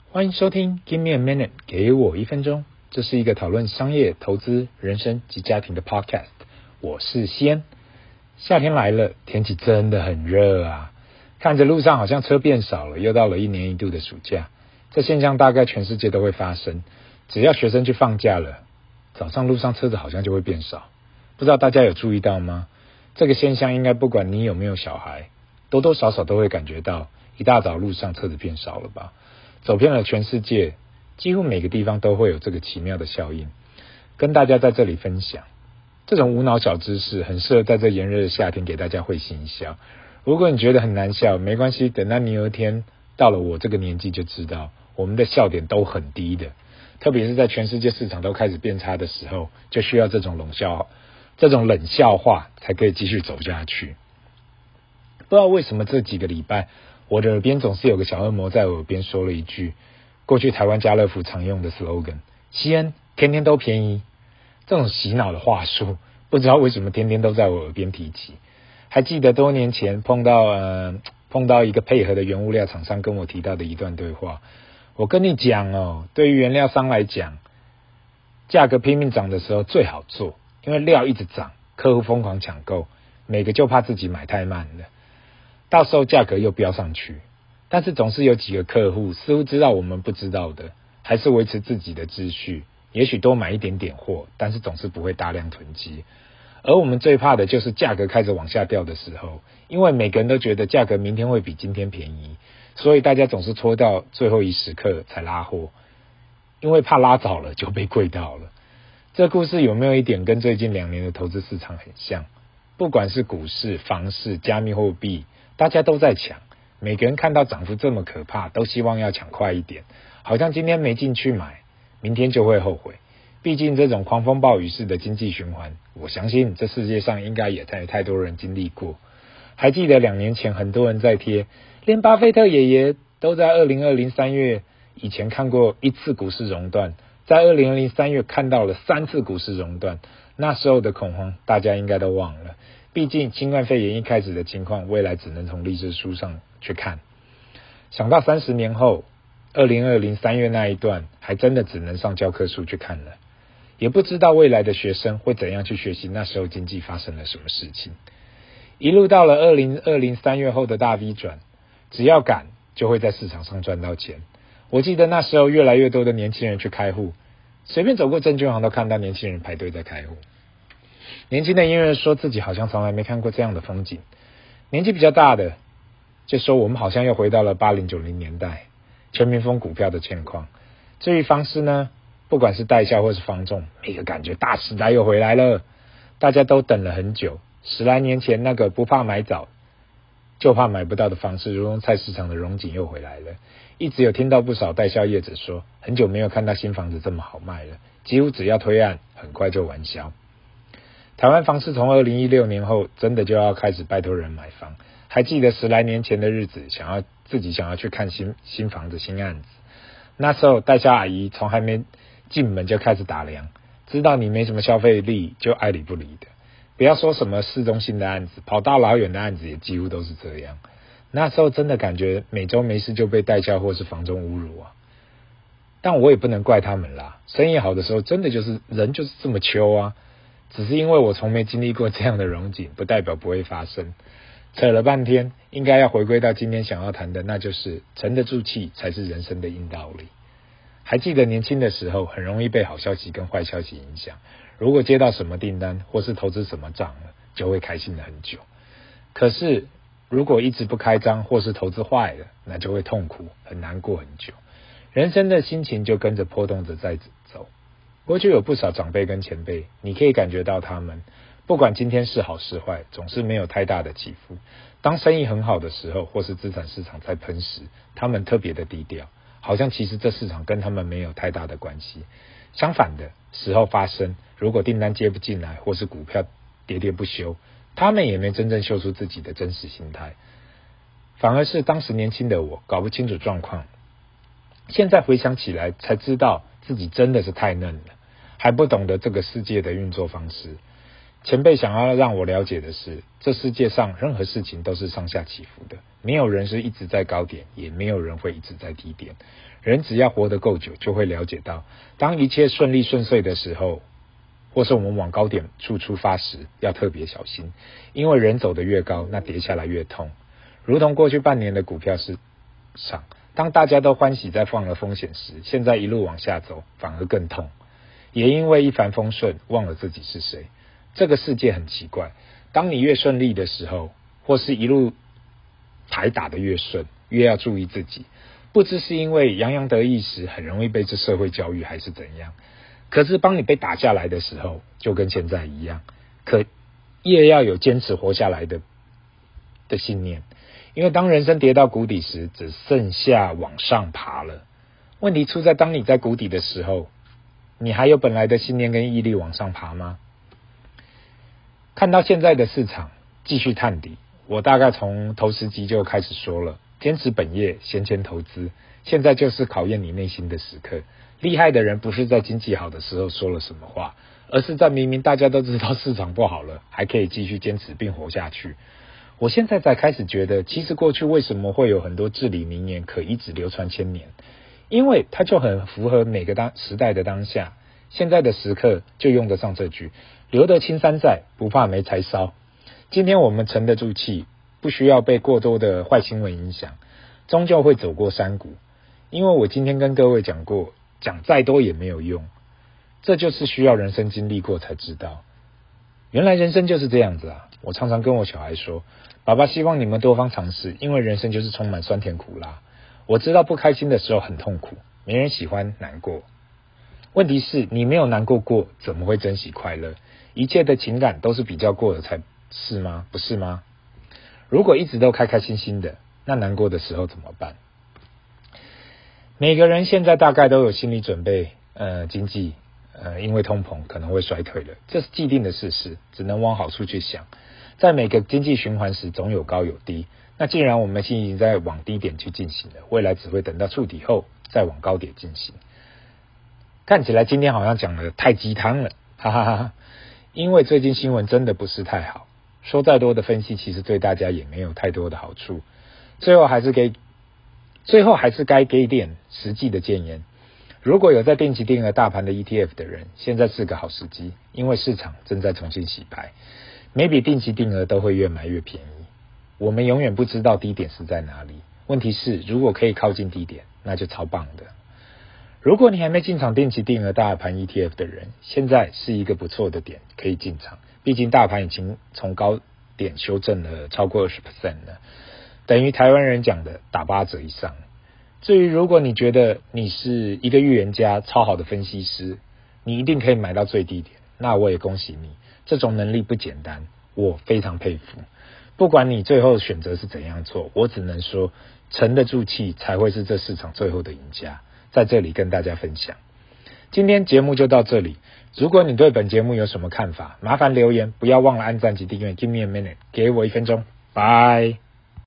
欢迎收听 Give me a minute， 给我1分钟。这是一个讨论商业、投资、人生及家庭的 podcast。我是西恩。夏天来了，天气真的很热啊！看着路上好像车变少了，又到了1年1度的暑假。这现象大概全世界都会发生。只要学生去放假了，早上路上车子好像就会变少。不知道大家有注意到吗？这个现象应该不管你有没有小孩，多多少少都会感觉到，一大早路上车子变少了吧？走遍了全世界，几乎每个地方都会有这个奇妙的效应，跟大家在这里分享。这种无脑小知识很适合在这炎热的夏天给大家会心一笑。如果你觉得很难笑，没关系，等到你有一天到了我这个年纪就知道，我们的笑点都很低的，特别是在全世界市场都开始变差的时候，就需要这种冷笑话才可以继续走下去。不知道为什么这几个礼拜我的耳边总是有个小恶魔在我耳边说了一句过去台湾家乐福常用的 slogan， 西恩天天都便宜。这种洗脑的话术不知道为什么天天都在我耳边提起。还记得多年前碰到一个配合的原物料厂商跟我提到的一段对话。我跟你讲哦，对于原料商来讲，价格拼命涨的时候最好做，因为料一直涨，客户疯狂抢购，每个就怕自己买太慢了，到时候价格又飙上去。但是总是有几个客户似乎知道我们不知道的，还是维持自己的秩序，也许多买一点点货，但是总是不会大量囤积。而我们最怕的就是价格开始往下掉的时候，因为每个人都觉得价格明天会比今天便宜，所以大家总是拖到最后一时刻才拉货，因为怕拉早了就被贵到了。这故事有没有一点跟最近2年的投资市场很像？不管是股市、房市、加密货币，大家都在抢，每个人看到涨幅这么可怕，都希望要抢快一点，好像今天没进去买，明天就会后悔。毕竟这种狂风暴雨式的经济循环，我相信这世界上应该也太多人经历过。还记得2年前很多人在贴，连巴菲特爷爷都在2020 3月以前看过1次股市熔断，在2020 3月看到了3次股市熔断。那时候的恐慌大家应该都忘了，毕竟新冠肺炎一开始的情况，未来只能从历史书上去看。想到30年后2020 3月那一段，还真的只能上教科书去看了，也不知道未来的学生会怎样去学习那时候经济发生了什么事情。一路到了2020 3月后的大 V 转，只要赶就会在市场上赚到钱。我记得那时候越来越多的年轻人去开户，随便走过证券行都看到年轻人排队在开户。年轻的音乐人说自己好像从来没看过这样的风景，年纪比较大的就说我们好像又回到了80、90年代全民疯股票的情况。至于房市呢，不管是代销或是房仲，每个感觉大时代又回来了，大家都等了很久。10来年前那个不怕买早就怕买不到的方式，如同菜市场的荣景又回来了。一直有听到不少代销业者说，很久没有看到新房子这么好卖了，几乎只要推案很快就完销。台湾房市从2016年后真的就要开始拜托人买房。还记得10来年前的日子，自己想要去看新房子新案子，那时候代销阿姨从还没进门就开始打量，知道你没什么消费力就爱理不理的。不要说什么市中心的案子，跑大老远的案子也几乎都是这样。那时候真的感觉每周没事就被代销或是房仲侮辱啊。但我也不能怪他们啦，生意好的时候真的就是人就是这么秋啊。只是因为我从没经历过这样的荣景，不代表不会发生。扯了半天，应该要回归到今天想要谈的，那就是沉得住气才是人生的硬道理。还记得年轻的时候很容易被好消息跟坏消息影响，如果接到什么订单或是投资什么涨了，就会开心了很久。可是如果一直不开张或是投资坏了，那就会痛苦很难过很久，人生的心情就跟着波动着在走。过去有不少长辈跟前辈，你可以感觉到他们不管今天是好是坏，总是没有太大的起伏。当生意很好的时候，或是资产市场在喷时，他们特别的低调，好像其实这市场跟他们没有太大的关系。相反的时候发生，如果订单接不进来，或是股票喋喋不休，他们也没真正秀出自己的真实心态，反而是当时年轻的我搞不清楚状况，现在回想起来才知道自己真的是太嫩了，还不懂得这个世界的运作方式。前辈想要让我了解的是，这世界上任何事情都是上下起伏的， 没有人是一直在高点，也没有人会一直在低点。人只要活得够久，就会了解到，当一切顺利顺遂的时候，或是我们往高点处出发时，要特别小心，因为人走得越高，那跌下来越痛。如同过去半年的股票市场，当大家都欢喜在放了风险时，现在一路往下走，反而更痛。也因为一帆风顺，忘了自己是谁。这个世界很奇怪，当你越顺利的时候，或是一路牌打得越顺，越要注意自己。不知是因为洋洋得意时很容易被这社会教育，还是怎样。可是当你被打下来的时候，就跟现在一样，可越要有坚持活下来的信念。因为当人生跌到谷底时，只剩下往上爬了。问题出在当你在谷底的时候，你还有本来的信念跟毅力往上爬吗？看到现在的市场继续探底，我大概从头10集就开始说了，坚持本业，闲钱投资，现在就是考验你内心的时刻。厉害的人不是在经济好的时候说了什么话，而是在明明大家都知道市场不好了，还可以继续坚持并活下去。我现在才开始觉得，其实过去为什么会有很多至理名言可一直流传千年，因为它就很符合每个时代的当下。现在的时刻就用得上这句，留得青山在，不怕没柴烧。今天我们沉得住气，不需要被过多的坏新闻影响，终究会走过山谷。因为我今天跟各位讲过，讲再多也没有用，这就是需要人生经历过才知道。原来人生就是这样子啊！我常常跟我小孩说，爸爸希望你们多方尝试，因为人生就是充满酸甜苦辣。我知道不开心的时候很痛苦，没人喜欢难过。问题是你没有难过过，怎么会珍惜快乐？一切的情感都是比较过的才是吗？不是吗？如果一直都开开心心的，那难过的时候怎么办？每个人现在大概都有心理准备，经济因为通膨可能会衰退了，这是既定的事实，只能往好处去想。在每个经济循环时，总有高有低。那既然我们已经在往低点去进行了，未来只会等到触底后再往高点进行。看起来今天好像讲的太鸡汤了，哈哈哈！因为最近新闻真的不是太好，说再多的分析，其实对大家也没有太多的好处。最后还是该给点实际的建言。如果有在定期定额大盘的 ETF 的人，现在是个好时机，因为市场正在重新洗牌，每笔定期定额都会越买越便宜。我们永远不知道低点是在哪里，问题是如果可以靠近低点，那就超棒的。如果你还没进场定期定额大盘 ETF 的人，现在是一个不错的点可以进场，毕竟大盘已经从高点修正了超过 20% 了，等于台湾人讲的打8折以上。至于如果你觉得你是一个预言家，超好的分析师，你一定可以买到最低点，那我也恭喜你，这种能力不简单，我非常佩服。不管你最后选择是怎样做，我只能说沉得住气才会是这市场最后的赢家，在这里跟大家分享。今天节目就到这里，如果你对本节目有什么看法，麻烦留言，不要忘了按赞及订阅 Give me a minute， 给我1分钟，拜。